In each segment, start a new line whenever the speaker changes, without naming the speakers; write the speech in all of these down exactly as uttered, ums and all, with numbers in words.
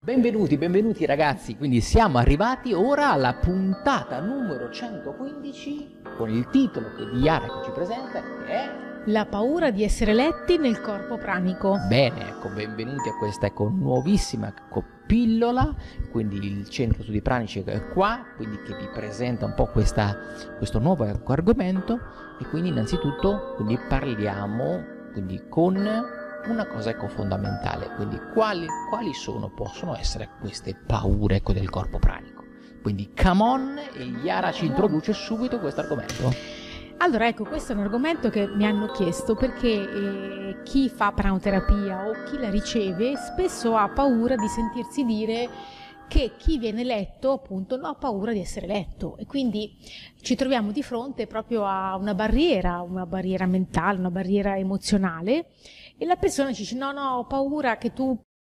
Benvenuti, benvenuti ragazzi, quindi siamo arrivati ora alla puntata numero centoquindici con il titolo che Diara che ci presenta che è
La paura di essere letti nel corpo pranico.
Bene, ecco, benvenuti a questa ecco, nuovissima ecco, pillola, quindi il Centro Studi Pranici è qua, quindi che vi presenta un po' questa, questo nuovo ecco, argomento e quindi innanzitutto quindi parliamo quindi con una cosa ecco fondamentale, quindi quali, quali sono, possono essere queste paure ecco del corpo pranico. Quindi come on, e Yara ci introduce subito questo argomento.
Allora ecco, questo è un argomento che mi hanno chiesto perché eh, chi fa pranoterapia o chi la riceve spesso ha paura di sentirsi dire che chi viene letto appunto non ha paura di essere letto e quindi ci troviamo di fronte proprio a una barriera, una barriera mentale, una barriera emozionale. E la persona ci dice no, no, ho paura che tu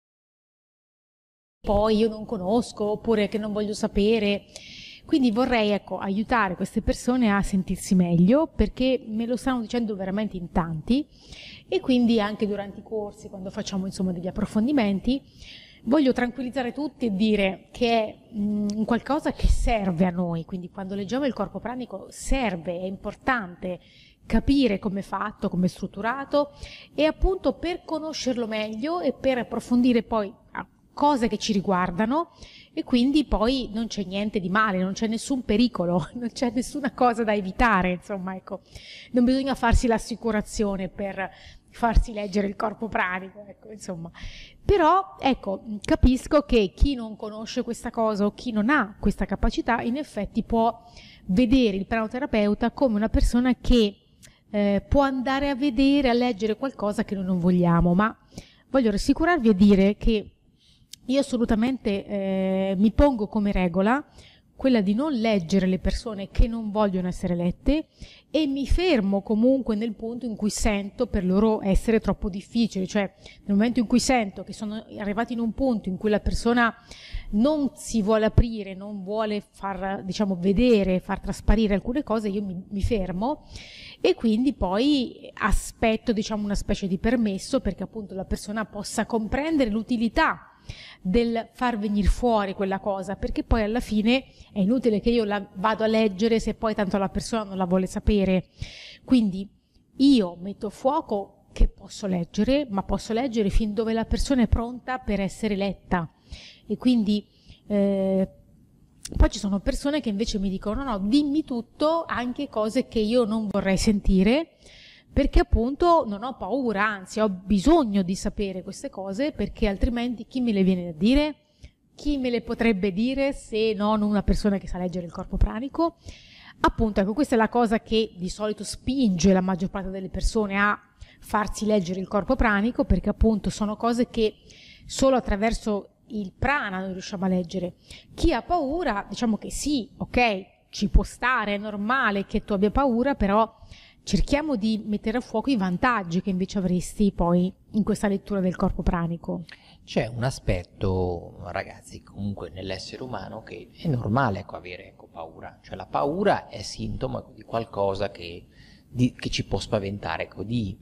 poi io non conosco oppure che non voglio sapere. Quindi vorrei ecco, aiutare queste persone a sentirsi meglio perché me lo stanno dicendo veramente in tanti e quindi anche durante i corsi, quando facciamo insomma degli approfondimenti, voglio tranquillizzare tutti e dire che è un qualcosa che serve a noi, quindi quando leggiamo il corpo pranico serve, è importante capire come è fatto, come è strutturato e appunto per conoscerlo meglio e per approfondire poi cose che ci riguardano e quindi poi non c'è niente di male, non c'è nessun pericolo, non c'è nessuna cosa da evitare, insomma ecco, non bisogna farsi l'assicurazione per farsi leggere il corpo pranico, ecco, insomma. Però ecco, capisco che chi non conosce questa cosa o chi non ha questa capacità in effetti può vedere il pranoterapeuta come una persona che Eh, può andare a vedere, a leggere qualcosa che noi non vogliamo, ma voglio rassicurarvi e dire che io assolutamente eh, mi pongo come regola quella di non leggere le persone che non vogliono essere lette e mi fermo comunque nel punto in cui sento per loro essere troppo difficili, cioè nel momento in cui sento che sono arrivati in un punto in cui la persona non si vuole aprire, non vuole far diciamo vedere, far trasparire alcune cose, io mi, mi fermo e quindi poi aspetto diciamo una specie di permesso perché appunto la persona possa comprendere l'utilità del far venire fuori quella cosa, perché poi alla fine è inutile che io la vado a leggere se poi tanto la persona non la vuole sapere. Quindi io metto a fuoco che posso leggere, ma posso leggere fin dove la persona è pronta per essere letta e quindi eh, poi ci sono persone che invece mi dicono no, no, dimmi tutto, anche cose che io non vorrei sentire perché appunto non ho paura, anzi ho bisogno di sapere queste cose perché altrimenti chi me le viene a dire? Chi me le potrebbe dire se non una persona che sa leggere il corpo pranico? Appunto, ecco, questa è la cosa che di solito spinge la maggior parte delle persone a farsi leggere il corpo pranico perché appunto sono cose che solo attraverso il prana noi riusciamo a leggere. Chi ha paura, diciamo che sì, ok, ci può stare, è normale che tu abbia paura, però cerchiamo di mettere a fuoco i vantaggi che invece avresti poi in questa lettura del corpo pranico.
C'è un aspetto, ragazzi, comunque nell'essere umano che è normale ecco, avere ecco, paura, cioè la paura è sintomo ecco, di qualcosa che, di, che ci può spaventare, ecco, di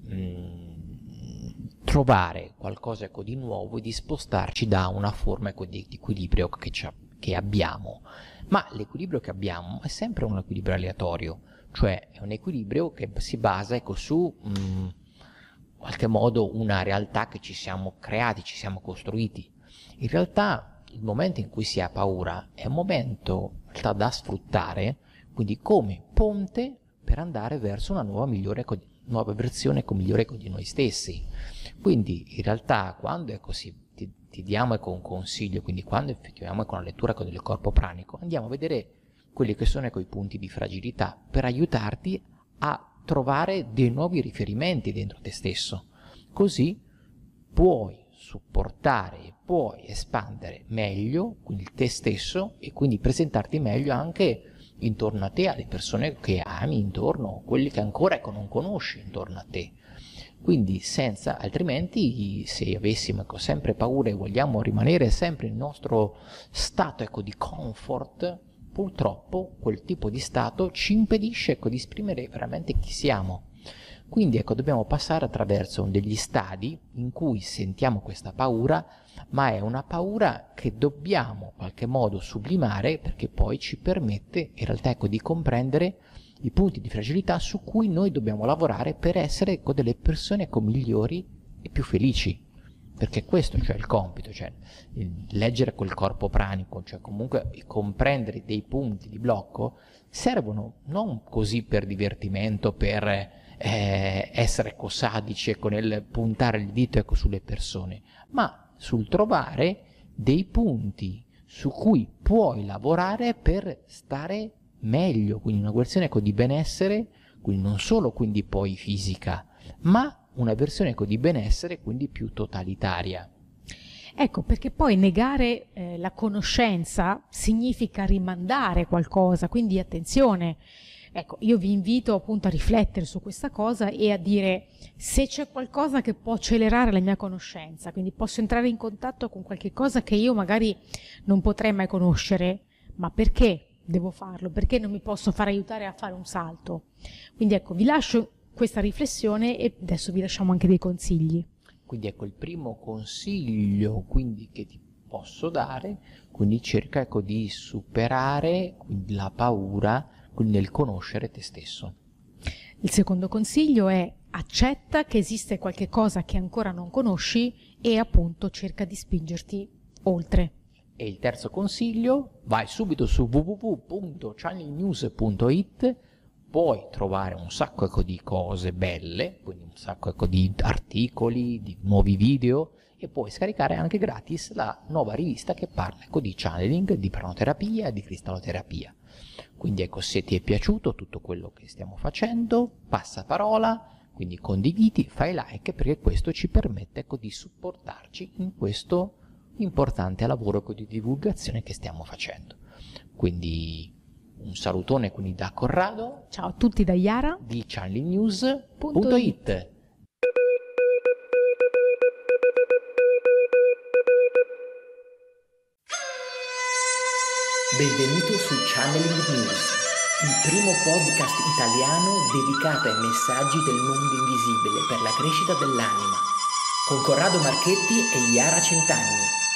mh, trovare qualcosa ecco, di nuovo e di spostarci da una forma ecco, di, di equilibrio che, che abbiamo, ma l'equilibrio che abbiamo è sempre un equilibrio aleatorio. Cioè è un equilibrio che si basa ecco, su mh, in qualche modo una realtà che ci siamo creati, ci siamo costruiti. In realtà il momento in cui si ha paura è un momento in realtà da sfruttare, quindi come ponte per andare verso una nuova, migliore, nuova versione ecco, migliore ecco, di noi stessi. Quindi in realtà quando ecco, si, ti, ti diamo ecco, un consiglio, quindi quando effettuiamo ecco, una lettura ecco, del corpo pranico, andiamo a vedere quelli che sono ecco, i punti di fragilità per aiutarti a trovare dei nuovi riferimenti dentro te stesso. Così puoi supportare, puoi espandere meglio quindi te stesso e quindi presentarti meglio anche intorno a te, alle persone che ami intorno, quelli che ancora ecco, non conosci intorno a te. Quindi senza, altrimenti se avessimo ecco, sempre paura e vogliamo rimanere sempre nel nostro stato ecco, di comfort, purtroppo quel tipo di stato ci impedisce ecco, di esprimere veramente chi siamo. Quindi ecco, dobbiamo passare attraverso degli stadi in cui sentiamo questa paura, ma è una paura che dobbiamo in qualche modo sublimare, perché poi ci permette in realtà ecco, di comprendere i punti di fragilità su cui noi dobbiamo lavorare per essere ecco, delle persone ecco, migliori e più felici. Perché questo cioè il compito, cioè il leggere quel corpo pranico, cioè comunque comprendere dei punti di blocco, servono non così per divertimento, per eh, essere ecco, sadici ecco, nel puntare il dito ecco, sulle persone, ma sul trovare dei punti su cui puoi lavorare per stare meglio, quindi una versione ecco, di benessere, quindi non solo quindi poi fisica, ma una versione ecco, di benessere quindi più totalitaria.
Ecco, perché poi negare eh, la conoscenza significa rimandare qualcosa, quindi attenzione. Ecco, io vi invito appunto a riflettere su questa cosa e a dire se c'è qualcosa che può accelerare la mia conoscenza, quindi posso entrare in contatto con qualche cosa che io magari non potrei mai conoscere, ma perché devo farlo? Perché non mi posso far aiutare a fare un salto? Quindi ecco, vi lascio questa riflessione e adesso vi lasciamo anche dei consigli.
Quindi ecco il primo consiglio quindi, che ti posso dare, quindi cerca ecco, di superare quindi, la paura quindi, nel conoscere te stesso.
Il secondo consiglio è accetta che esiste qualche cosa che ancora non conosci e appunto cerca di spingerti oltre.
E il terzo consiglio, vai subito su w w w punto channeling news punto i t, puoi trovare un sacco ecco, di cose belle, quindi un sacco ecco, di articoli, di nuovi video, e puoi scaricare anche gratis la nuova rivista che parla ecco, di channeling, di pranoterapia e di cristalloterapia. Quindi ecco, se ti è piaciuto tutto quello che stiamo facendo, passa parola, quindi condividi, fai like, perché questo ci permette ecco, di supportarci in questo importante lavoro ecco, di divulgazione che stiamo facendo. Quindi un salutone quindi da Corrado.
Ciao a tutti da Iara
di channeling news punto i t. Benvenuto su Channeling News, il primo podcast italiano dedicato ai messaggi del mondo invisibile per la crescita dell'anima, con Corrado Marchetti e Iara Centanni.